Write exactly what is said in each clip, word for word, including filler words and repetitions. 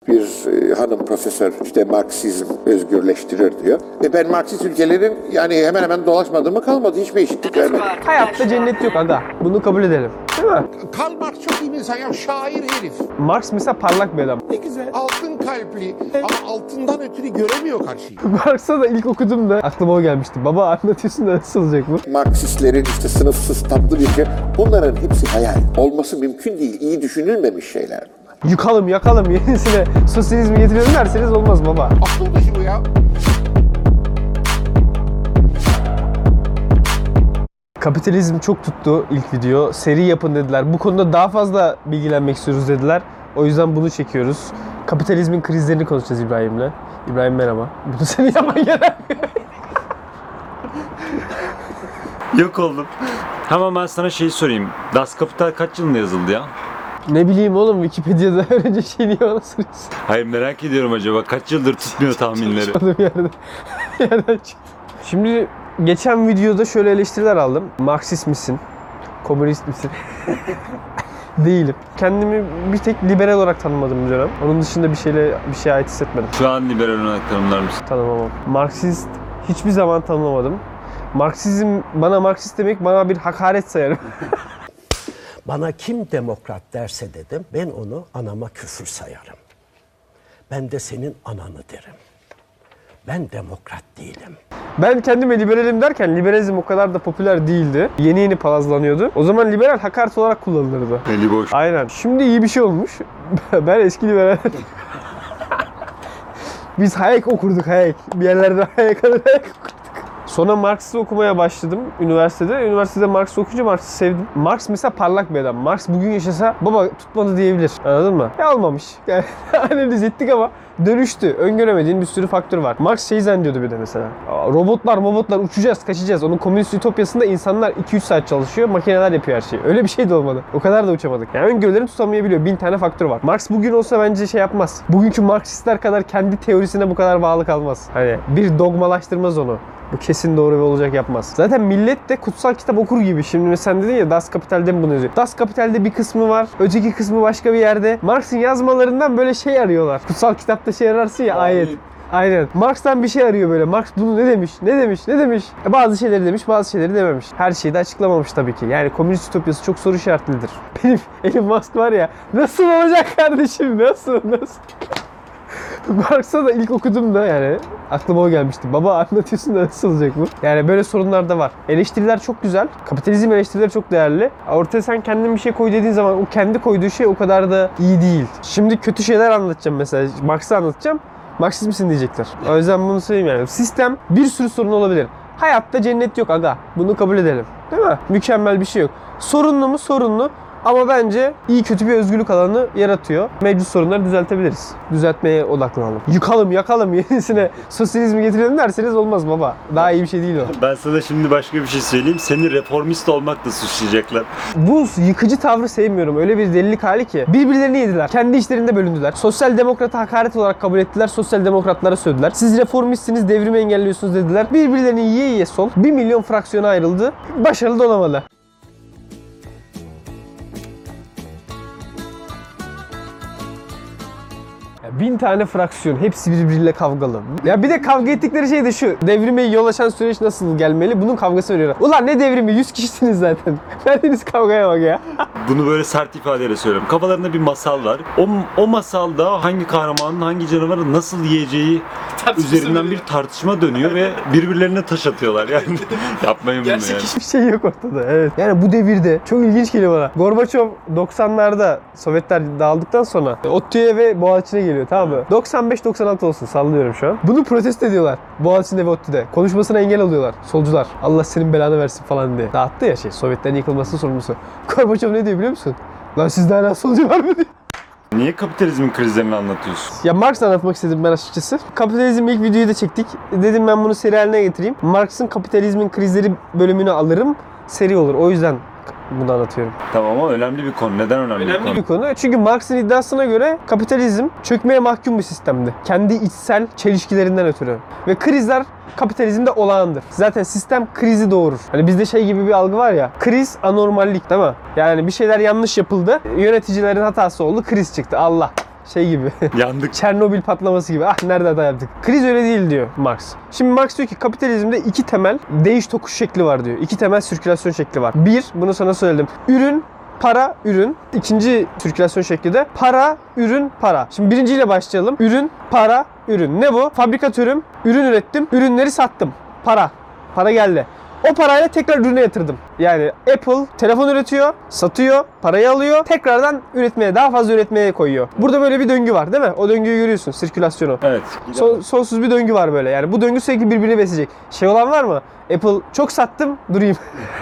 bir e, hanım profesör işte Marksizm özgürleştirir diyor. E ben Marksist ülkelerin yani hemen hemen dolaşmadığımı kalmadı. Hiçbir eşitlik vermedi. Hayatta cennet yok aga. Bunu kabul edelim. Değil mi? Karl Marx çok iyi bir insan ya, şair herif. Marx mesela parlak bir adam. Ne güzel. Altın kalpli ama altından ötürü göremiyor karşıyı. Marx'a da ilk okudum da aklıma o gelmişti. Baba anlatıyorsun da nasıl olacak bu? Marksistlerin işte sınıfsız tatlı bir şey. Bunların hepsi hayal. Olması mümkün değil. İyi düşünülmemiş şeyler. Yıkalım yakalım yenisine sosyalizmi getirelim derseniz olmaz baba. Akıl dışı bu ya. Kapitalizm çok tuttu ilk video. Seri yapın dediler. Bu konuda daha fazla bilgilenmek istiyoruz dediler. O yüzden bunu çekiyoruz. Kapitalizmin krizlerini konuşacağız İbrahim'le. İbrahim merhaba. Bunu seni yapman gerek. Yok oldum. Hemen ben sana şeyi sorayım. Das Kapital kaç yılında yazıldı ya? Ne bileyim oğlum Wikipedia'da öğrenci şey niye bana soruyorsun? Hayır merak ediyorum acaba kaç yıldır tutmuyor tahminleri. Çalışmadığım yerden, yerden çıktı. Şimdi geçen videoda şöyle eleştiriler aldım. Marksist misin? Komünist misin? Değilim. Kendimi bir tek liberal olarak tanımadım bu dönem. Onun dışında bir şeyle bir şeye ait hissetmedim. Şu an liberal olarak tanımlar mısın? Tanımamam. Marksist hiçbir zaman tanımlamadım. Marksizm, bana Marksist demek bana bir hakaret sayarım. Bana kim demokrat derse dedim, ben onu anama küfür sayarım. Ben de senin ananı derim. Ben demokrat değilim. Ben kendime liberalim derken liberalizm o kadar da popüler değildi. Yeni yeni palazlanıyordu. O zaman liberal hakaret olarak kullanılırdı. Eli boş. Aynen. Şimdi iyi bir şey olmuş. Ben eski liberal. Biz Hayek okurduk Hayek. Bir yerlerde Hayek alır Hayek okurduk. Sonra Marx'ı okumaya başladım üniversitede. Üniversitede Marx'ı okuyunca Marx'ı sevdim. Marx mesela parlak bir adam. Marx bugün yaşasa baba tutmadı diyebilir. Anladın mı? Ya olmamış. Yani analiz ettik ama dönüştü. Öngöremediğin bir sürü faktör var. Marx şey zannediyordu bir de mesela. Robotlar, robotlar uçacağız, kaçacağız. Onun komünist ütopyasında insanlar iki üç saat çalışıyor. Makineler yapıyor her şeyi. Öyle bir şey de olmadı. O kadar da uçamadık. Yani öngörülerini tutamayabiliyor. Bin tane faktör var. Marx bugün olsa bence şey yapmaz. Bugünkü Marksistler kadar kendi teorisine bu kadar bağlı kalmaz. Hani bir dogmalaştırmaz onu. Bu kesin doğru ve olacak yapmaz. Zaten millet de kutsal kitap okur gibi. Şimdi mesela sen dedin ya Das Kapital'de mi bunu yazıyor? Das Kapital'de bir kısmı var. Öteki kısmı başka bir yerde. Marx'ın yazmalarından böyle şey arıyorlar. Kutsal kitapta şey ararsın ya ayet. Aynen. Marx'tan bir şey arıyor böyle. Marx bunu ne demiş? Ne demiş? Ne demiş? E bazı şeyleri demiş, bazı şeyleri dememiş. Her şeyi de açıklamamış tabii ki. Yani komünist ütopyası çok soru işaretlidir. Benim Elon Musk var ya. Nasıl olacak kardeşim? Nasıl? Nasıl? Marx'a da ilk okudum da yani aklıma o gelmişti. Baba anlatıyorsun da nasıl olacak bu? Yani böyle sorunlar da var. Eleştiriler çok güzel. Kapitalizm eleştirileri çok değerli. Ortaya sen kendin bir şey koy dediğin zaman o kendi koyduğu şey o kadar da iyi değil. Şimdi kötü şeyler anlatacağım mesela. Marx'ı anlatacağım. Marksist misin diyecekler. O yüzden bunu söyleyeyim yani. Sistem bir sürü sorun olabilir. Hayatta cennet yok aga. Bunu kabul edelim. Değil mi? Mükemmel bir şey yok. Sorunlu mu? Sorunlu. Ama bence iyi kötü bir özgürlük alanı yaratıyor. Mevcut sorunları düzeltebiliriz. Düzeltmeye odaklanalım. Yıkalım yakalım yenisine sosyalizmi getirelim derseniz olmaz baba. Daha iyi bir şey değil o. Ben sana şimdi başka bir şey söyleyeyim. Seni reformist olmakla suçlayacaklar. Bu yıkıcı tavrı sevmiyorum. Öyle bir delilik hali ki. Birbirlerini yediler. Kendi işlerinde bölündüler. Sosyal demokrata hakaret olarak kabul ettiler. Sosyal demokratlara sövdüler. Siz reformistsiniz, devrimi engelliyorsunuz dediler. Birbirlerini yiye yiye sol. Bir milyon fraksiyona ayrıldı. Başarılı da olamadı. Bin tane fraksiyon, hepsi birbiriyle kavgalı. Ya bir de kavga ettikleri şey de şu. Devrime yol açan süreç nasıl gelmeli? Bunun kavgası veriyorlar. Ulan ne devrimi? yüz kişisiniz zaten. Verdiniz kavgaya bak ya. Bunu böyle sert ifadeyle söylüyorum. Kafalarında bir masal var. O, o masalda hangi kahramanın hangi canavarı nasıl yiyeceği üzerinden bir tartışma dönüyor ve birbirlerine taş atıyorlar. Yani yapmayın bunu yani. Hiçbir şey yok ortada. Evet. Yani bu devirde çok ilginç geliyor bana. Gorbaçov doksanlarda Sovyetler dağıldıktan sonra ODTÜ'ye ve Boğaziçi'ne geliyor. Tamam mı? doksan beş doksan altı olsun sallıyorum şu an. Bunu protesto ediyorlar. Boğaziçi'nde ve ODTÜ'de. Konuşmasına engel alıyorlar. Solcular. Allah senin belanı versin falan diye. Dağıttı ya şey. Sovyetlerin yıkılmasının sorumlusu. Gorbaçov ne diyor biliyor musun? Lan sizde hala solcu var mı diyor. Niye kapitalizmin krizlerini anlatıyorsun? Ya Marx anlatmak istedim ben açıkçası. Kapitalizm ilk videoyu da çektik. Dedim ben bunu seri haline getireyim. Marx'ın kapitalizmin krizleri bölümünü alırım. Seri olur. O yüzden bunu anlatıyorum. Tamam ama önemli bir konu. Neden önemli, Önemli bir konu? bir konu. Çünkü Marx'ın iddiasına göre kapitalizm çökmeye mahkum bir sistemdi. Kendi içsel çelişkilerinden ötürü. Ve krizler kapitalizmde olağandır. Zaten sistem krizi doğurur. Hani bizde şey gibi bir algı var ya. Kriz anormallik değil mi? Yani bir şeyler yanlış yapıldı. Yöneticilerin hatası oldu. Kriz çıktı. Allah. Şey gibi. Yandık. Çernobil patlaması gibi. Ah nerede hata yaptık. Kriz öyle değil diyor Marx. Şimdi Marx diyor ki kapitalizmde iki temel değiş tokuş şekli var diyor. İki temel sirkülasyon şekli var. Bir, bunu sana söyledim. Ürün, para, ürün. İkinci sirkülasyon şekli de para, ürün, para. Şimdi birinciyle başlayalım. Ürün, para, ürün. Ne bu? Fabrikatörüm, ürün ürettim, ürünleri sattım. Para. Para geldi. O parayla tekrar ürüne yatırdım. Yani Apple telefon üretiyor, satıyor, parayı alıyor, tekrardan üretmeye, daha fazla üretmeye koyuyor. Burada böyle bir döngü var değil mi? O döngüyü görüyorsun, sirkülasyonu. Evet. Son- sonsuz bir döngü var böyle. Yani bu döngü sürekli birbirini besleyecek. Şey olan var mı? Apple çok sattım, durayım.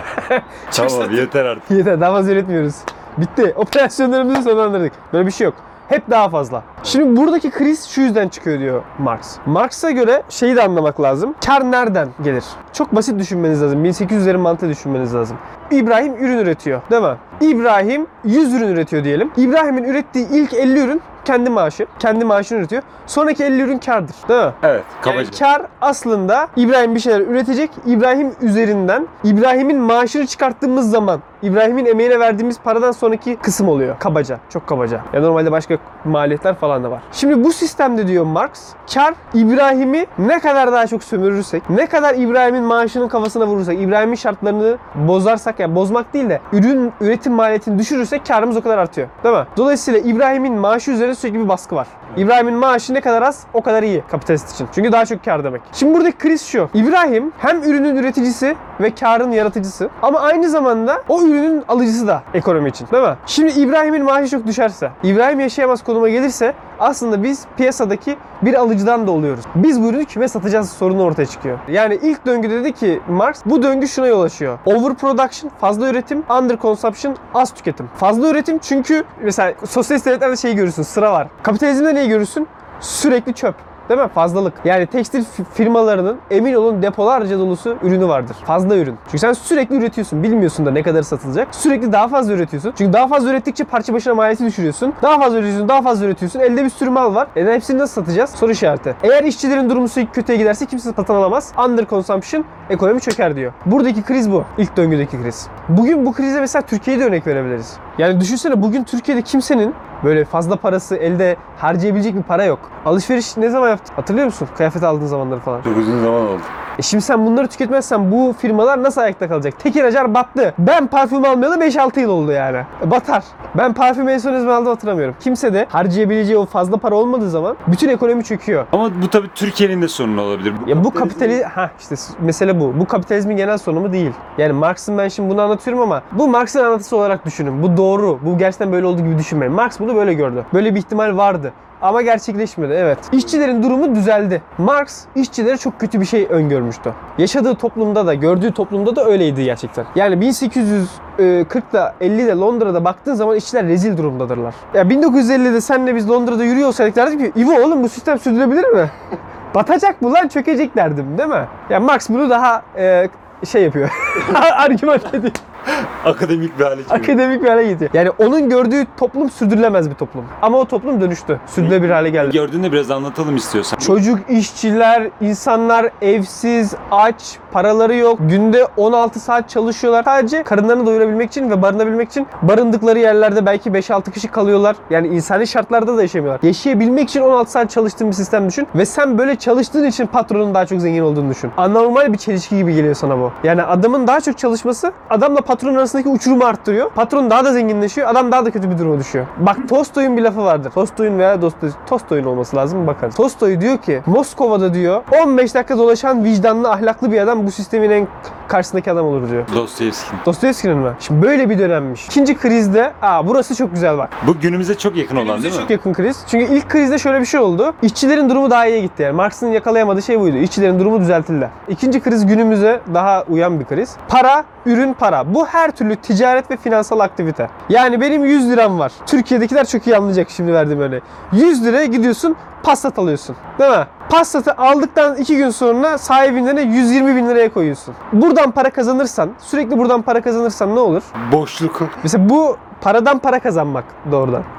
Çok Tamam yeter artık. Yeter, daha fazla üretmiyoruz. Bitti. Operasyonlarımızı sonlandırdık. Böyle bir şey yok. Hep daha fazla. Şimdi buradaki kriz şu yüzden çıkıyor diyor Marx. Marx'a göre şeyi de anlamak lazım. Kar nereden gelir? Çok basit düşünmeniz lazım. bin sekiz yüzlerin mantığı düşünmeniz lazım. İbrahim ürün üretiyor, değil mi? İbrahim yüz ürün üretiyor diyelim. İbrahim'in ürettiği ilk elli ürün kendi maaşı. Kendi maaşını üretiyor. Sonraki elli ürün kardır, değil mi? Evet. Yani Kabaca. kar aslında İbrahim bir şeyler üretecek. İbrahim üzerinden İbrahim'in maaşını çıkarttığımız zaman İbrahim'in emeğine verdiğimiz paradan sonraki kısım oluyor. Kabaca. Çok kabaca. Ya normalde başka maliyetler falan da var. Şimdi bu sistemde diyor Marx, kar İbrahim'i ne kadar daha çok sömürürsek, ne kadar İbrahim'in maaşının kafasına vurursak, İbrahim'in şartlarını bozarsak, yani bozmak değil de ürün üretim maliyetini düşürürsek karımız o kadar artıyor. Değil mi? Dolayısıyla İbrahim'in maaşı üzerine sürekli bir baskı var. İbrahim'in maaşı ne kadar az, o kadar iyi kapitalist için. Çünkü daha çok kar demek. Şimdi buradaki kriz şu. İbrahim hem ürünün üreticisi ve karın yaratıcısı ama aynı zamanda o ürünün alıcısı da ekonomi için. Değil mi? Şimdi İbrahim'in maaşı çok düşerse, İbrahim yaşayamaz konuma gelirse aslında biz piyasadaki bir alıcıdan da oluyoruz. Biz bu ürünü kime satacağız sorunu ortaya çıkıyor. Yani ilk döngüde dedi ki Marx, bu döngü şuna yol açıyor. Overproduction, fazla üretim, underconsumption, az tüketim. Fazla üretim çünkü mesela sosyalist devletlerde şeyi görürsün, sıra var. Kapitalizmde neyi görürsün? Sürekli çöp. Değil mi? Fazlalık. Yani tekstil firmalarının emin olun depolarca dolusu ürünü vardır. Fazla ürün. Çünkü sen sürekli üretiyorsun. Bilmiyorsun da ne kadar satılacak. Sürekli daha fazla üretiyorsun. Çünkü daha fazla ürettikçe parça başına maliyeti düşürüyorsun. Daha fazla üretiyorsun, daha fazla üretiyorsun. Elde bir sürü mal var. E hepsini nasıl satacağız? Soru işareti. Eğer işçilerin durumu sürekli kötüye giderse kimse satın alamaz. Under consumption, ekonomi çöker diyor. Buradaki kriz bu. İlk döngüdeki kriz. Bugün bu krize mesela Türkiye'de örnek verebiliriz. Yani düşünsene bugün Türkiye'de kimsenin böyle fazla parası elde harcayabilecek bir para yok. Alışveriş ne zaman yaptın? Hatırlıyor musun? Kıyafet aldığın zamanları falan. Çok uzun zaman oldu. E şimdi sen bunları tüketmezsen bu firmalar nasıl ayakta kalacak? Tekir Acar battı. Ben parfüm almayalı beş altı yıl oldu yani. E batar. Ben parfüm en son ne zaman aldım hatırlamıyorum. Kimse de harcayabileceği o fazla para olmadığı zaman bütün ekonomi çöküyor. Ama bu tabii Türkiye'nin de sorunu olabilir. Ya bu kapitali ha işte mesele bu. Bu kapitalizmin genel sonu mu değil. Yani Marx'ın ben şimdi bunu anlatıyorum ama bu Marx'ın anlatısı olarak düşünün. Bu doğru. Bu gerçekten böyle olduğu gibi düşünmeyin. Marx bunu böyle gördü. Böyle bir ihtimal vardı. Ama gerçekleşmedi, evet. İşçilerin durumu düzeldi. Marx işçilere çok kötü bir şey öngörmüştü. Yaşadığı toplumda da, gördüğü toplumda da öyleydi gerçekten. Yani bin sekiz yüz kırkta ellide Londra'da baktığın zaman işçiler rezil durumdadırlar. Ya bin dokuz yüz ellide senle biz Londra'da yürüyor olsaydık derdik ki İvo oğlum bu sistem sürdürülebilir mi? Batacak bu lan, çökecek derdim değil mi? Ya Marx bunu daha e, şey yapıyor. Argüman ediyor. Akademik bir hale geliyor. Akademik bir hale getiriyor. Yani onun gördüğü toplum sürdürülemez bir toplum. Ama o toplum dönüştü. Sürdürülebilir hale geldi. Gördüğünde biraz anlatalım istiyorsan. Çocuk, işçiler, insanlar evsiz, aç, paraları yok. Günde on altı saat çalışıyorlar. Sadece karınlarını doyurabilmek için ve barınabilmek için barındıkları yerlerde belki beş altı kişi kalıyorlar. Yani insani şartlarda da yaşamıyorlar. Yaşayabilmek için on altı saat çalıştığın bir sistem düşün. Ve sen böyle çalıştığın için patronun daha çok zengin olduğunu düşün. Anormal bir çelişki gibi geliyor sana bu. Yani adamın daha çok çalışması adamla patronun arasındaki uçurumu arttırıyor. Patron daha da zenginleşiyor. Adam daha da kötü bir duruma düşüyor. Bak Tolstoy'un bir lafı vardır. Tolstoy'un veya Dostoy, Tolstoy'un olması lazım, bakarız. Tolstoy diyor ki Moskova'da diyor on beş dakika dolaşan vicdanlı ahlaklı bir adam bu sistemin en karşısındaki adam olur diyor. Dostoyevski'nin. Dostoyevski'nin mi? Şimdi böyle bir dönemmiş. İkinci krizde, aa burası çok güzel bak. Bu günümüze çok yakın olan değil mi? Çok yakın kriz. Çünkü ilk krizde şöyle bir şey oldu. İşçilerin durumu daha iyiye gitti yani. Marx'ın yakalayamadığı şey buydu. İşçilerin durumu düzeltildi. İkinci kriz günümüze daha uyan bir kriz. Para, ürün, para. Bu her türlü ticaret ve finansal aktivite. Yani benim yüz liram var. Türkiye'dekiler çok iyi anlayacak şimdi verdiğim örneği. yüz liraya gidiyorsun, Passat alıyorsun. Değil mi? Passat'ı aldıktan iki gün sonra sahibinden de yüz yirmi bin liraya koyuyorsun. Buradan para kazanırsan, sürekli buradan para kazanırsan ne olur? Boşluk. Mesela bu paradan para kazanmak doğrudan.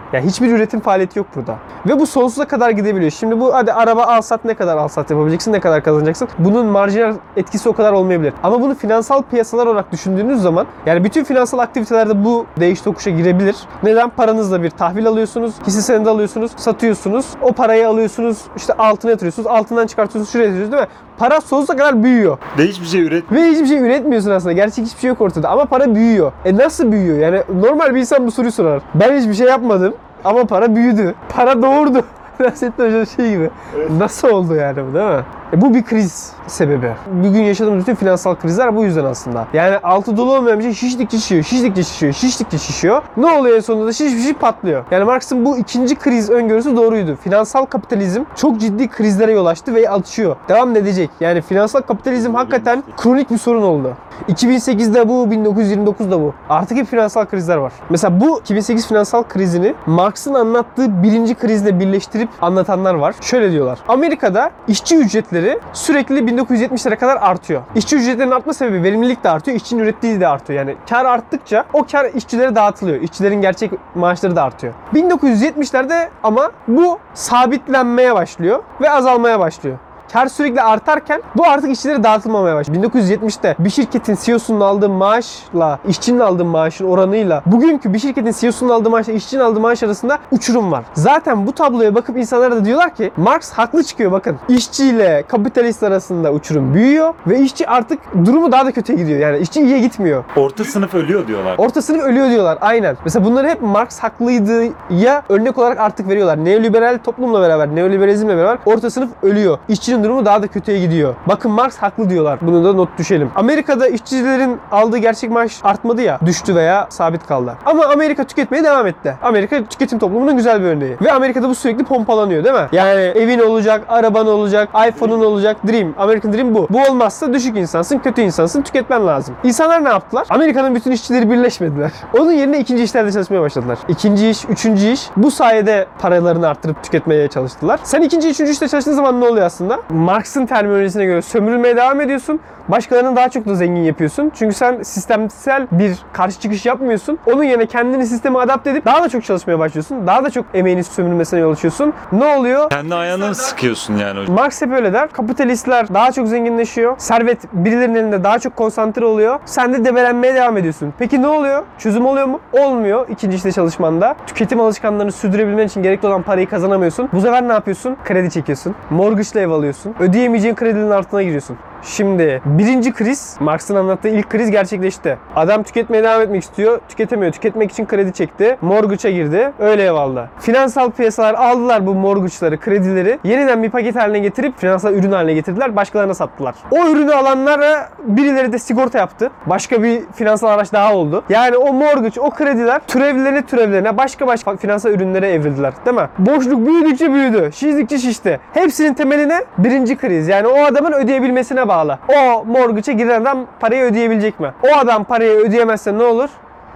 Yani hiçbir üretim faaliyeti yok burada. Ve bu sonsuza kadar gidebiliyor. Şimdi bu hadi araba al sat, ne kadar al sat yapabileceksin, ne kadar kazanacaksın. Bunun marjinal etkisi o kadar olmayabilir. Ama bunu finansal piyasalar olarak düşündüğünüz zaman yani bütün finansal aktivitelerde bu değiş tokuşa girebilir. Neden? Paranızla bir tahvil alıyorsunuz, hisse senedi alıyorsunuz, satıyorsunuz. O parayı alıyorsunuz, işte altına yatırıyorsunuz, altından çıkartıyorsunuz, şuraya yatırıyorsunuz, değil mi? Para sonsuza kadar büyüyor. Ve hiçbir şey üret. Ve hiçbir şey üretmiyorsun aslında. Gerçek hiçbir şey yok ortada. Ama para büyüyor. E nasıl büyüyor? Yani normal bir insan bu soruyu sorar. Ben hiçbir şey yapmadım ama para büyüdü. Para doğurdu. Nasrettin Hoca'nın şey gibi. Evet. Nasıl oldu yani bu, değil mi? E bu bir kriz sebebi. Bugün yaşadığımız bütün finansal krizler bu yüzden aslında. Yani altı dolu olmayan bir şey şiştikçe şişiyor, şiştikçe şişiyor, şiştikçe şişiyor. Ne oluyor en sonunda da şiş şiş patlıyor. Yani Marx'ın bu ikinci kriz öngörüsü doğruydu. Finansal kapitalizm çok ciddi krizlere yol açtı ve açıyor. Devam edecek. Yani finansal kapitalizm hakikaten kronik bir sorun oldu. iki bin sekizde bu, bin dokuz yüz yirmi dokuzda bu. Artık hep finansal krizler var. Mesela bu iki bin sekiz finansal krizini Marx'ın anlattığı birinci krizle birleştirip anlatanlar var. Şöyle diyorlar. Amerika'da işçi ücretleri sürekli bin dokuz yüz yetmişlere kadar artıyor. İşçi ücretlerinin artma sebebi verimlilik de artıyor, işçinin ürettiği de artıyor. Yani kar arttıkça o kar işçilere dağıtılıyor. İşçilerin gerçek maaşları da artıyor. bin dokuz yüz yetmişlerde ama bu sabitlenmeye başlıyor ve azalmaya başlıyor. Kar sürekli artarken bu artık işçilere dağıtılmamaya başladı. bin dokuz yüz yetmişte bir şirketin C E O'sunun aldığı maaşla işçinin aldığı maaşın oranıyla bugünkü bir şirketin C E O'sunun aldığı maaşla işçinin aldığı maaş arasında uçurum var. Zaten bu tabloya bakıp insanlar da diyorlar ki Marx haklı çıkıyor bakın. İşçiyle kapitalist arasında uçurum büyüyor ve işçi artık durumu daha da kötüye gidiyor. Yani işçi iyiye gitmiyor. Orta sınıf ölüyor diyorlar. Orta sınıf ölüyor diyorlar. Aynen. Mesela bunları hep Marx haklıydı ya örnek olarak artık veriyorlar. Neoliberal toplumla beraber, neoliberalizmle beraber orta sınıf ölüyor. İşçinin durumu daha da kötüye gidiyor. Bakın Marx haklı diyorlar. Bunu da not düşelim. Amerika'da işçilerin aldığı gerçek maaş artmadı ya. Düştü veya sabit kaldı. Ama Amerika tüketmeye devam etti. Amerika tüketim toplumunun güzel bir örneği. Ve Amerika'da bu sürekli pompalanıyor, değil mi? Yani evin olacak, araban olacak, iPhone'un olacak. Dream. American Dream bu. Bu olmazsa düşük insansın, kötü insansın, tüketmen lazım. İnsanlar ne yaptılar? Amerika'nın bütün işçileri birleşmediler. Onun yerine ikinci işlerde çalışmaya başladılar. İkinci iş, üçüncü iş. Bu sayede paralarını arttırıp tüketmeye çalıştılar. Sen ikinci, üçüncü işte çalıştığın zaman ne oluyor aslında? Marx'ın terminolojisine göre sömürülmeye devam ediyorsun. Başkalarını daha çok da zengin yapıyorsun. Çünkü sen sistemsel bir karşı çıkış yapmıyorsun. Onun yerine kendini sisteme adapte edip daha da çok çalışmaya başlıyorsun. Daha da çok emeğinin sömürülmesine yol açıyorsun. Ne oluyor? Kendi ayağını sıkıyorsun yani hocam. Marx hep öyle der. Kapitalistler daha çok zenginleşiyor. Servet birilerinin elinde daha çok konsantre oluyor. Sen de debelenmeye devam ediyorsun. Peki ne oluyor? Çözüm oluyor mu? Olmuyor ikinci işte çalışmanda. Tüketim alışkanlarını sürdürebilmen için gerekli olan parayı kazanamıyorsun. Bu sefer ne yapıyorsun? Kredi çekiyorsun. Mortgage'la ev alıyorsun. Ödeyemeyeceğin kredilerin altına giriyorsun. Şimdi birinci kriz, Marx'ın anlattığı ilk kriz gerçekleşti. Adam tüketmeye devam etmek istiyor, tüketemiyor. Tüketmek için kredi çekti, mortgage'a girdi, öyle ev aldı. Finansal piyasalar aldılar bu mortgage'ları, kredileri, yeniden bir paket haline getirip finansal ürün haline getirdiler, başkalarına sattılar. O ürünü alanlara birileri de sigorta yaptı. Başka bir finansal araç daha oldu. Yani o mortgage, o krediler türevlerine türevlerine başka başka finansal ürünlere evrildiler, değil mi? Boşluk büyüdükçe büyüdü, şiştikçe şişti. Hepsinin temeline birinci kriz. Yani o adamın ödeyebilmesine bağlı. O mortgage'e giren adam parayı ödeyebilecek mi? O adam parayı ödeyemezse ne olur?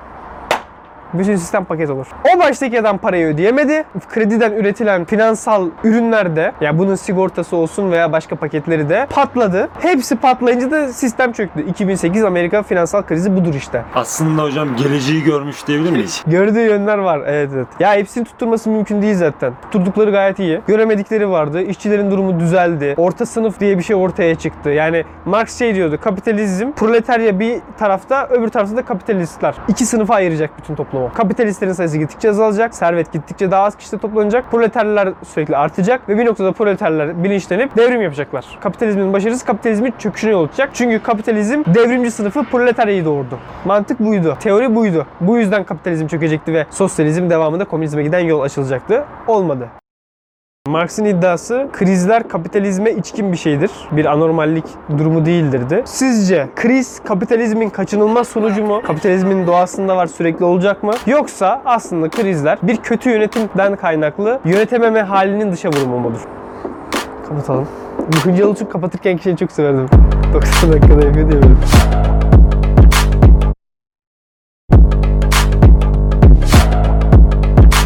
Bütün sistem paket olur. O baştaki adam parayı ödeyemedi. Krediden üretilen finansal ürünler de, ya yani bunun sigortası olsun veya başka paketleri de patladı. Hepsi patlayınca da sistem çöktü. iki bin sekiz Amerika finansal krizi budur işte. Aslında hocam geleceği görmüş diyebilir miyiz? Gördüğü yönler var. Evet evet. Ya hepsini tutturması mümkün değil zaten. Tutturdukları gayet iyi. Göremedikleri vardı. İşçilerin durumu düzeldi. Orta sınıf diye bir şey ortaya çıktı. Yani Marx şey diyordu. Kapitalizm, proletarya bir tarafta, öbür tarafta da kapitalistler. İki sınıfa ayıracak bütün toplumu. Kapitalistlerin sayısı gittikçe azalacak, servet gittikçe daha az kişide toplanacak, proleterler sürekli artacak ve bir noktada proleterler bilinçlenip devrim yapacaklar. Kapitalizmin başarısı kapitalizmin çöküşüne yol açacak. Çünkü kapitalizm devrimci sınıfı proletaryayı doğurdu. Mantık buydu. Teori buydu. Bu yüzden kapitalizm çökecekti ve sosyalizm devamında komünizme giden yol açılacaktı. Olmadı. Marx'ın iddiası krizler kapitalizme içkin bir şeydir. Bir anormallik durumu değildirdi. Sizce kriz kapitalizmin kaçınılmaz sonucu mu? Kapitalizmin doğasında var, sürekli olacak mı? Yoksa aslında krizler bir kötü yönetimden kaynaklı yönetememe halinin dışa vurumu mudur? Kapatalım. Bu Hıncalı Türk kapatırken kişiyi çok severdim. doksan dakikada yapıyor diye böyle.